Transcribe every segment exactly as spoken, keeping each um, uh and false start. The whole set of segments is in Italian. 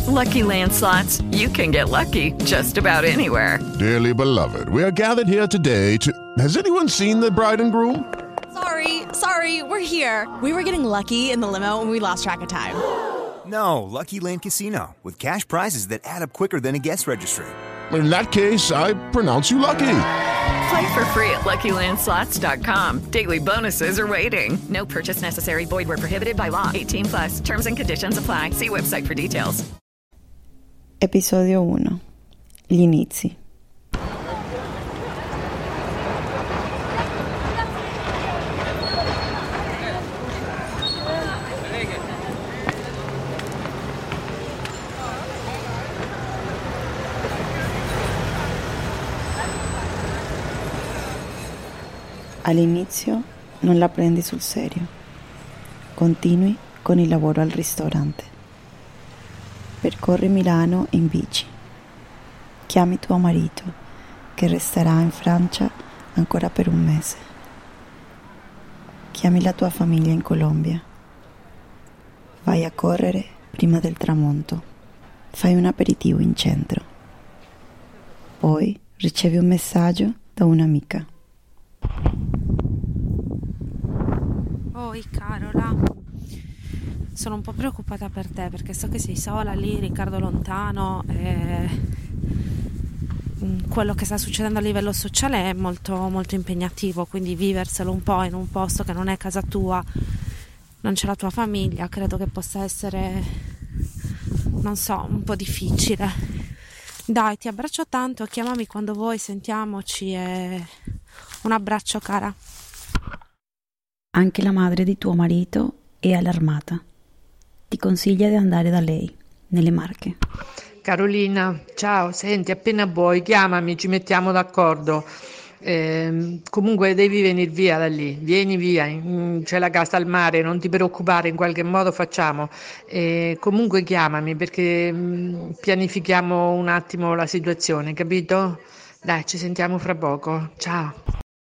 Lucky Land Slots, you can get lucky just about anywhere. Dearly beloved, we are gathered here today to... Has anyone seen the bride and groom? Sorry, sorry, we're here. We were getting lucky in the limo and we lost track of time. No, Lucky Land Casino, with cash prizes that add up quicker than a guest registry. In that case, I pronounce you lucky. Play for free at Lucky Land Slots dot com. Daily bonuses are waiting. No purchase necessary. Void where prohibited by law. eighteen plus. Terms and conditions apply. See website for details. Episodio uno. Gli inizi. All'inizio non la prendi sul serio. Continui con il lavoro al ristorante. Percorri Milano in bici. Chiami tuo marito, che resterà in Francia ancora per un mese. Chiami la tua famiglia in Colombia. Vai a correre prima del tramonto. Fai un aperitivo in centro. Poi ricevi un messaggio da un'amica. Oi Carola, sono un po' preoccupata per te perché so che sei sola lì, Riccardo lontano e quello che sta succedendo a livello sociale è molto, molto impegnativo, quindi viverselo un po' in un posto che non è casa tua, non c'è la tua famiglia, credo che possa essere, non so, un po' difficile. Dai, ti abbraccio tanto, chiamami quando vuoi, sentiamoci e un abbraccio cara. Anche la madre di tuo marito è allarmata. Ti consiglia di andare da lei, nelle Marche. Carolina, ciao, senti, appena vuoi chiamami, ci mettiamo d'accordo. Eh, comunque devi venire via da lì, vieni via, c'è la casa al mare, non ti preoccupare, in qualche modo facciamo. Eh, comunque chiamami perché mh, pianifichiamo un attimo la situazione, capito? Dai, ci sentiamo fra poco, ciao.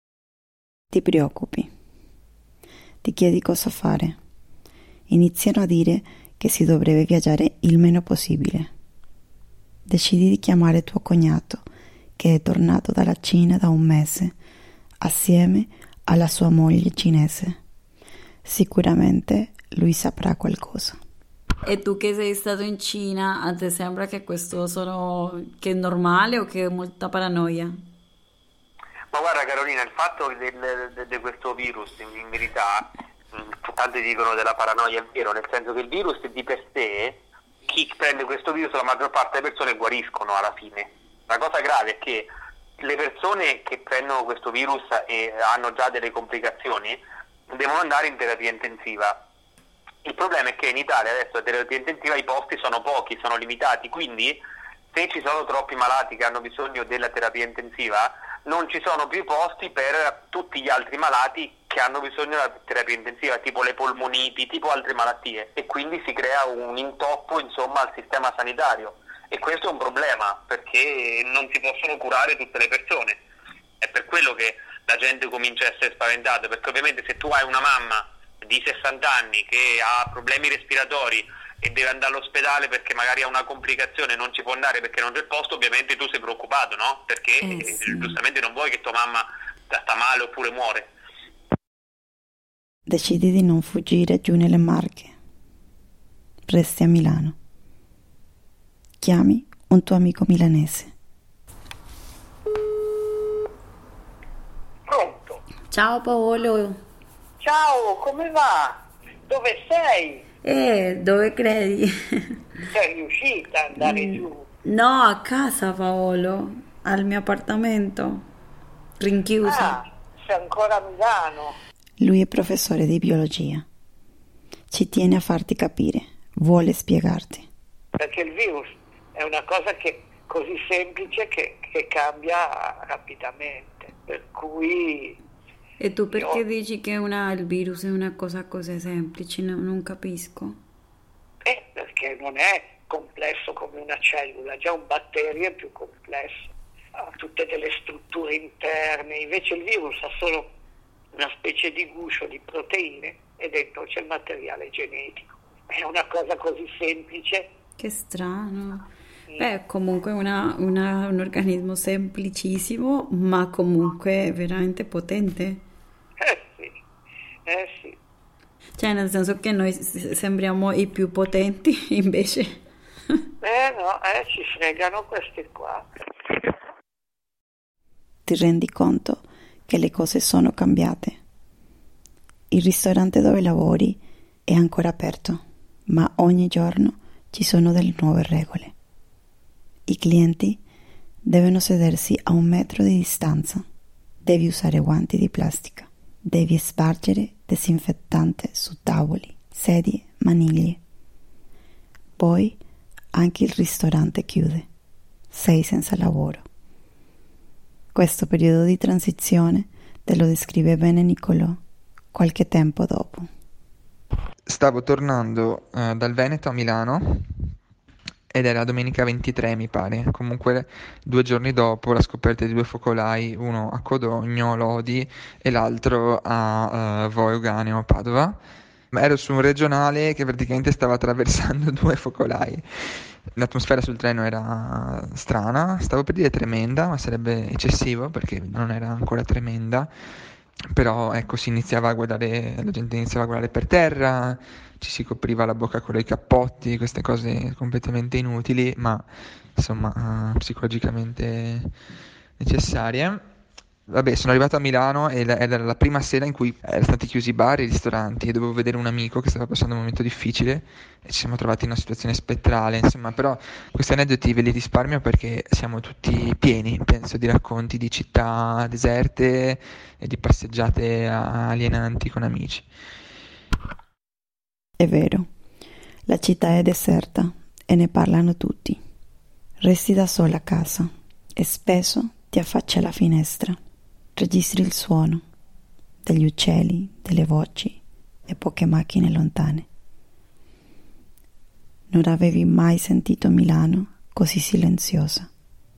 Ti preoccupi. Ti chiedi cosa fare. Iniziano a dire che si dovrebbe viaggiare il meno possibile. Decidi di chiamare tuo cognato, che è tornato dalla Cina da un mese, assieme alla sua moglie cinese. Sicuramente lui saprà qualcosa. E tu che sei stato in Cina, a te sembra che questo sono che è normale o che è molta paranoia? Ma guarda Carolina, il fatto di questo virus in, in verità, tanti dicono della paranoia, è vero, nel senso che il virus di per sé, chi prende questo virus, la maggior parte delle persone guariscono alla fine. La cosa grave è che le persone che prendono questo virus e hanno già delle complicazioni devono andare in terapia intensiva. Il problema è che in Italia adesso la terapia intensiva i posti sono pochi, sono limitati, quindi se ci sono troppi malati che hanno bisogno della terapia intensiva non ci sono più posti per tutti gli altri malati che hanno bisogno della terapia intensiva, tipo le polmoniti, tipo altre malattie, e quindi si crea un intoppo insomma al sistema sanitario, e questo è un problema perché non si possono curare tutte le persone. È per quello che la gente comincia a essere spaventata, perché ovviamente se tu hai una mamma di sessanta anni che ha problemi respiratori e deve andare all'ospedale perché magari ha una complicazione, non ci può andare perché non c'è il posto, ovviamente tu sei preoccupato, no? Perché eh sì. giustamente non vuoi che tua mamma sta male oppure muore. Decidi di non fuggire giù nelle Marche. Resti a Milano. Chiami un tuo amico milanese. Pronto? Ciao Paolo. Ciao, come va? Dove sei? Eh, dove credi? Sei riuscita ad andare mm, giù? No, a casa Paolo, al mio appartamento, rinchiusa. Ah, sei ancora a Milano? Lui è professore di biologia. Ci tiene a farti capire, vuole spiegarti. Perché il virus è una cosa che così semplice che, che cambia rapidamente, per cui... E tu perché io... dici che una, il virus è una cosa così semplice? No, non capisco. Eh, perché non è complesso come una cellula, già un batterio è più complesso, ha tutte delle strutture interne, invece il virus ha solo una specie di guscio di proteine e dentro c'è il materiale genetico. È una cosa così semplice Che strano. Beh, comunque una, una- un organismo semplicissimo, ma comunque veramente potente. Eh sì, eh sì. Cioè, nel senso che noi s- sembriamo i più potenti, invece. Eh no, eh, ci fregano questi qua. Ti rendi conto che le cose sono cambiate. Il ristorante dove lavori è ancora aperto, ma ogni giorno ci sono delle nuove regole. I clienti devono sedersi a un metro di distanza, devi usare guanti di plastica, devi spargere disinfettante su tavoli, sedie, maniglie. Poi anche il ristorante chiude, sei senza lavoro. Questo periodo di transizione te lo descrive bene Niccolò qualche tempo dopo. Stavo tornando eh, dal Veneto a Milano ed era domenica ventitré, mi pare. Comunque due giorni dopo la scoperta di due focolai, uno a Codogno, Lodi, e l'altro a eh, Voi Euganeo, Padova. Ma ero su un regionale che praticamente stava attraversando due focolai. L'atmosfera sul treno era strana, stavo per dire tremenda, ma sarebbe eccessivo perché non era ancora tremenda. Però ecco, si iniziava a guardare, la gente iniziava a guardare per terra, ci si copriva la bocca con i cappotti, queste cose completamente inutili, ma insomma eh, psicologicamente necessarie. Vabbè, sono arrivato a Milano e la- era la prima sera in cui erano stati chiusi i bar e i ristoranti e dovevo vedere un amico che stava passando un momento difficile e ci siamo trovati in una situazione spettrale, insomma, però questi aneddoti ve li risparmio perché siamo tutti pieni, penso, di racconti di città deserte e di passeggiate alienanti con amici. È vero, la città è deserta e ne parlano tutti. Resti da sola a casa e spesso ti affacci alla finestra, registri il suono degli uccelli, delle voci e poche macchine lontane. Non avevi mai sentito Milano così silenziosa.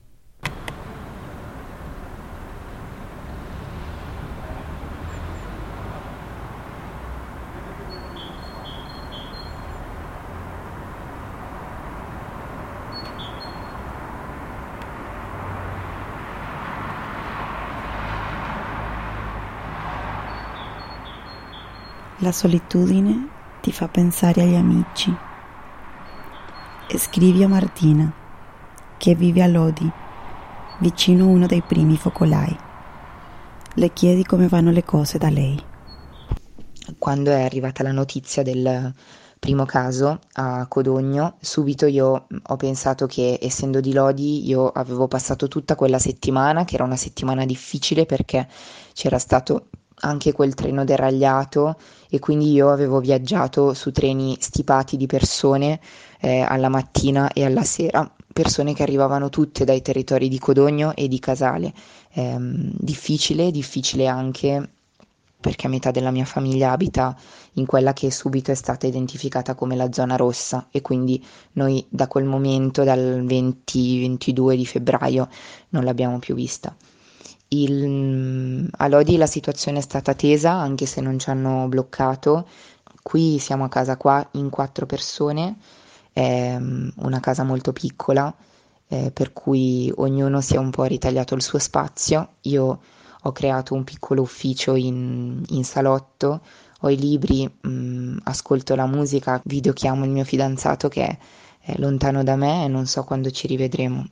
La solitudine ti fa pensare agli amici. E scrivi a Martina, che vive a Lodi, vicino a uno dei primi focolai. Le chiedi come vanno le cose da lei. Quando è arrivata la notizia del primo caso a Codogno, subito io ho pensato che, essendo di Lodi, io avevo passato tutta quella settimana, che era una settimana difficile perché c'era stato anche quel treno deragliato e quindi io avevo viaggiato su treni stipati di persone eh, alla mattina e alla sera, persone che arrivavano tutte dai territori di Codogno e di Casale. Ehm, difficile, difficile anche perché metà della mia famiglia abita in quella che subito è stata identificata come la zona rossa e quindi noi da quel momento, dal venti ventidue di febbraio, non l'abbiamo più vista. Il, a Lodi la situazione è stata tesa, anche se non ci hanno bloccato. Qui siamo a casa qua in quattro persone, è una casa molto piccola, eh, per cui ognuno si è un po' ritagliato il suo spazio. Io ho creato un piccolo ufficio in, in salotto, ho i libri, mh, ascolto la musica, videochiamo il mio fidanzato che è, è lontano da me e non so quando ci rivedremo.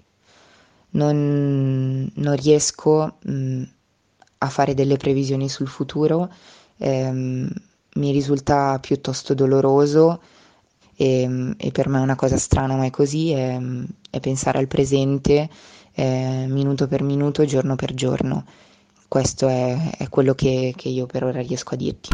Non, non riesco mh, a fare delle previsioni sul futuro, ehm, mi risulta piuttosto doloroso e, e per me è una cosa strana, ma è così, è, è pensare al presente eh, minuto per minuto, giorno per giorno. Questo è, è quello che, che io per ora riesco a dirti.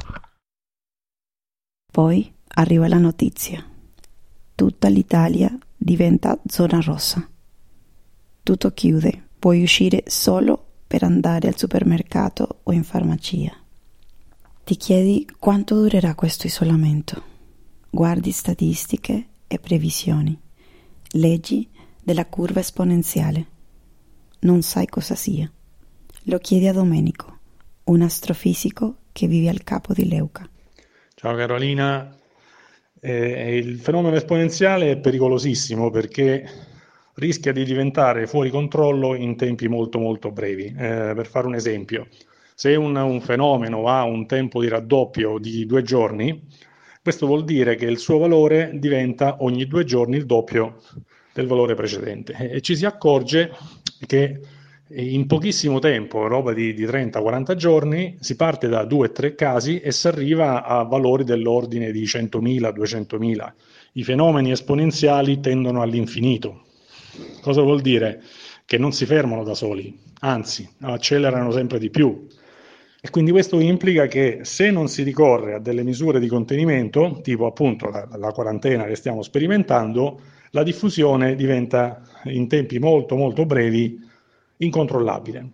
Poi arriva la notizia. Tutta l'Italia diventa zona rossa. Tutto chiude, puoi uscire solo per andare al supermercato o in farmacia. Ti chiedi quanto durerà questo isolamento. Guardi statistiche e previsioni. Leggi della curva esponenziale. Non sai cosa sia. Lo chiedi a Domenico, un astrofisico che vive al Capo di Leuca. Ciao Carolina, Eh, il fenomeno esponenziale è pericolosissimo perché rischia di diventare fuori controllo in tempi molto molto brevi. Eh, per fare un esempio, se un, un fenomeno ha un tempo di raddoppio di due giorni, questo vuol dire che il suo valore diventa ogni due giorni il doppio del valore precedente e ci si accorge che in pochissimo tempo, roba di, di trenta quaranta giorni, si parte da due tre casi e si arriva a valori dell'ordine di centomila duecentomila. I fenomeni esponenziali tendono all'infinito. Cosa vuol dire? Che non si fermano da soli, anzi accelerano sempre di più. E quindi questo implica che se non si ricorre a delle misure di contenimento, tipo appunto la, la quarantena che stiamo sperimentando, la diffusione diventa in tempi molto molto brevi incontrollabile.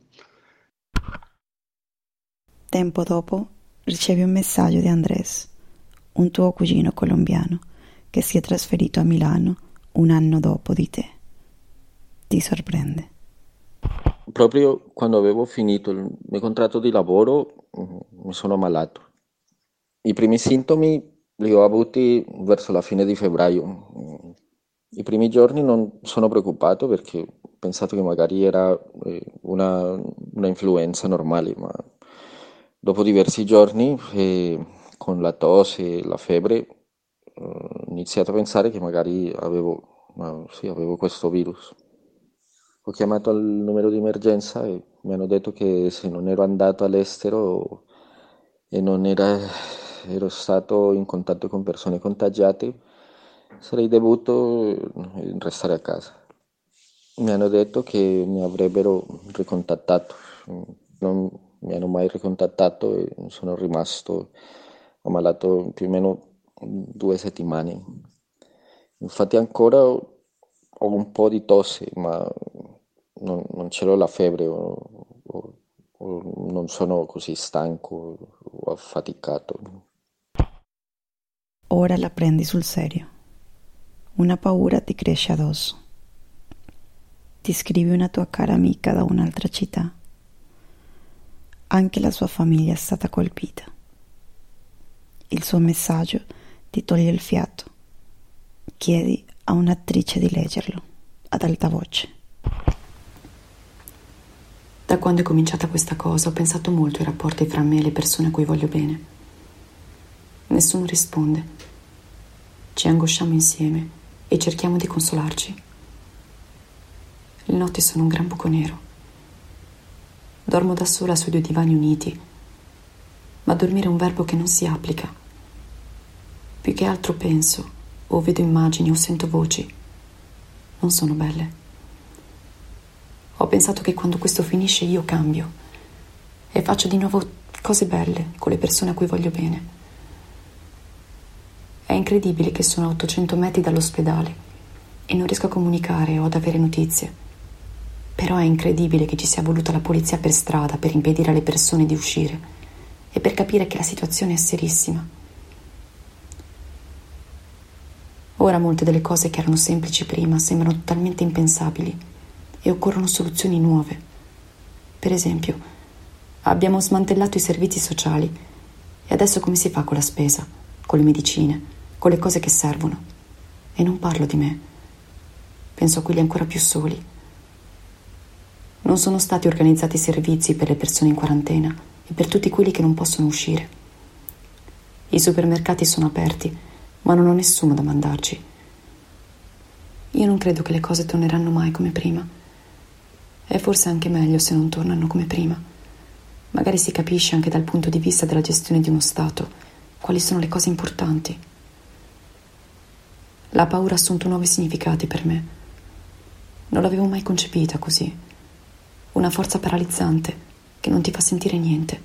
Tempo dopo ricevi un messaggio di Andrés, un tuo cugino colombiano che si è trasferito a Milano un anno dopo di te. Ti sorprende. Proprio quando avevo finito il mio contratto di lavoro mi sono ammalato. I primi sintomi li ho avuti verso la fine di febbraio. I primi giorni non sono preoccupato perché ho pensato che magari era una, una influenza normale, ma dopo diversi giorni eh, con la tosse e la febbre eh, ho iniziato a pensare che magari avevo, ma, sì, avevo questo virus. Ho chiamato al numero di emergenza e mi hanno detto che se non ero andato all'estero e non era, ero stato in contatto con persone contagiate, sarei dovuto restare a casa. Mi hanno detto che mi avrebbero ricontattato, non mi hanno mai ricontattato e sono rimasto ammalato più o meno due settimane. Infatti ancora ho un po' di tosse, ma non, non ce l'ho la febbre o, o, o non sono così stanco o affaticato. Ora la prendi sul serio. Una paura ti cresce addosso. Ti scrive una tua cara amica da un'altra città. Anche la sua famiglia è stata colpita. Il suo messaggio ti toglie il fiato. Chiedi a un'attrice di leggerlo ad alta voce. Da quando è cominciata questa cosa ho pensato molto ai rapporti fra me e le persone a cui voglio bene. Nessuno risponde. Ci angosciamo insieme e cerchiamo di consolarci. Le notti sono un gran buco nero. Dormo da sola sui due divani uniti, ma dormire è un verbo che non si applica. Più che altro penso, o vedo immagini o sento voci. Non sono belle. Ho pensato che quando questo finisce io cambio e faccio di nuovo cose belle con le persone a cui voglio bene. È incredibile che sono a ottocento metri dall'ospedale e non riesco a comunicare o ad avere notizie. Però è incredibile che ci sia voluta la polizia per strada per impedire alle persone di uscire e per capire che la situazione è serissima. Ora molte delle cose che erano semplici prima sembrano totalmente impensabili e occorrono soluzioni nuove. Per esempio, abbiamo smantellato i servizi sociali e adesso come si fa con la spesa, con le medicine, con le cose che servono? E non parlo di me. Penso a quelli ancora più soli. Non sono stati organizzati servizi per le persone in quarantena e per tutti quelli che non possono uscire. I supermercati sono aperti, ma non ho nessuno da mandarci. Io non credo che le cose torneranno mai come prima. È forse anche meglio se non tornano come prima. Magari si capisce anche dal punto di vista della gestione di uno Stato quali sono le cose importanti. La paura ha assunto nuovi significati per me. Non l'avevo mai concepita così. Una forza paralizzante che non ti fa sentire niente.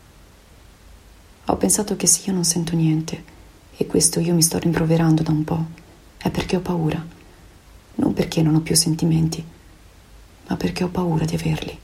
Ho pensato che se io non sento niente, e questo io mi sto rimproverando da un po', è perché ho paura. Non perché non ho più sentimenti, ma perché ho paura di averli.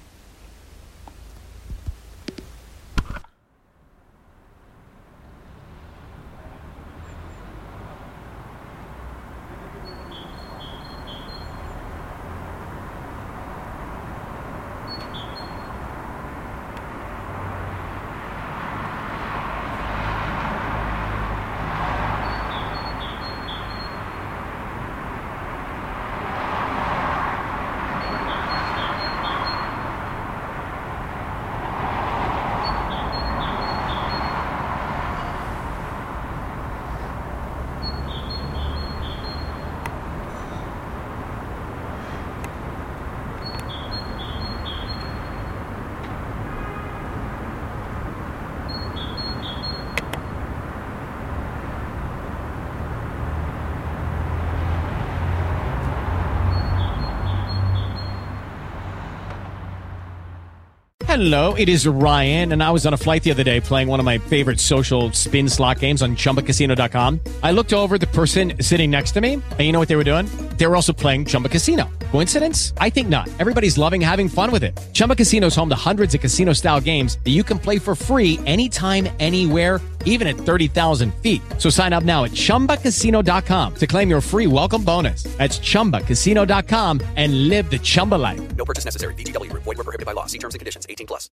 Hello, it is Ryan, and I was on a flight the other day playing one of my favorite social spin slot games on chumba casino dot com. I looked over at the person sitting next to me, and you know what they were doing? They were also playing Chumba Casino. Coincidence? I think not. Everybody's loving having fun with it. Chumba Casino is home to hundreds of casino-style games that you can play for free anytime, anywhere, even at thirty thousand feet. So sign up now at chumba casino dot com to claim your free welcome bonus. That's chumba casino dot com and live the Chumba life. No purchase necessary. V G W. Void where prohibited by law. See terms and conditions. eighteen plus.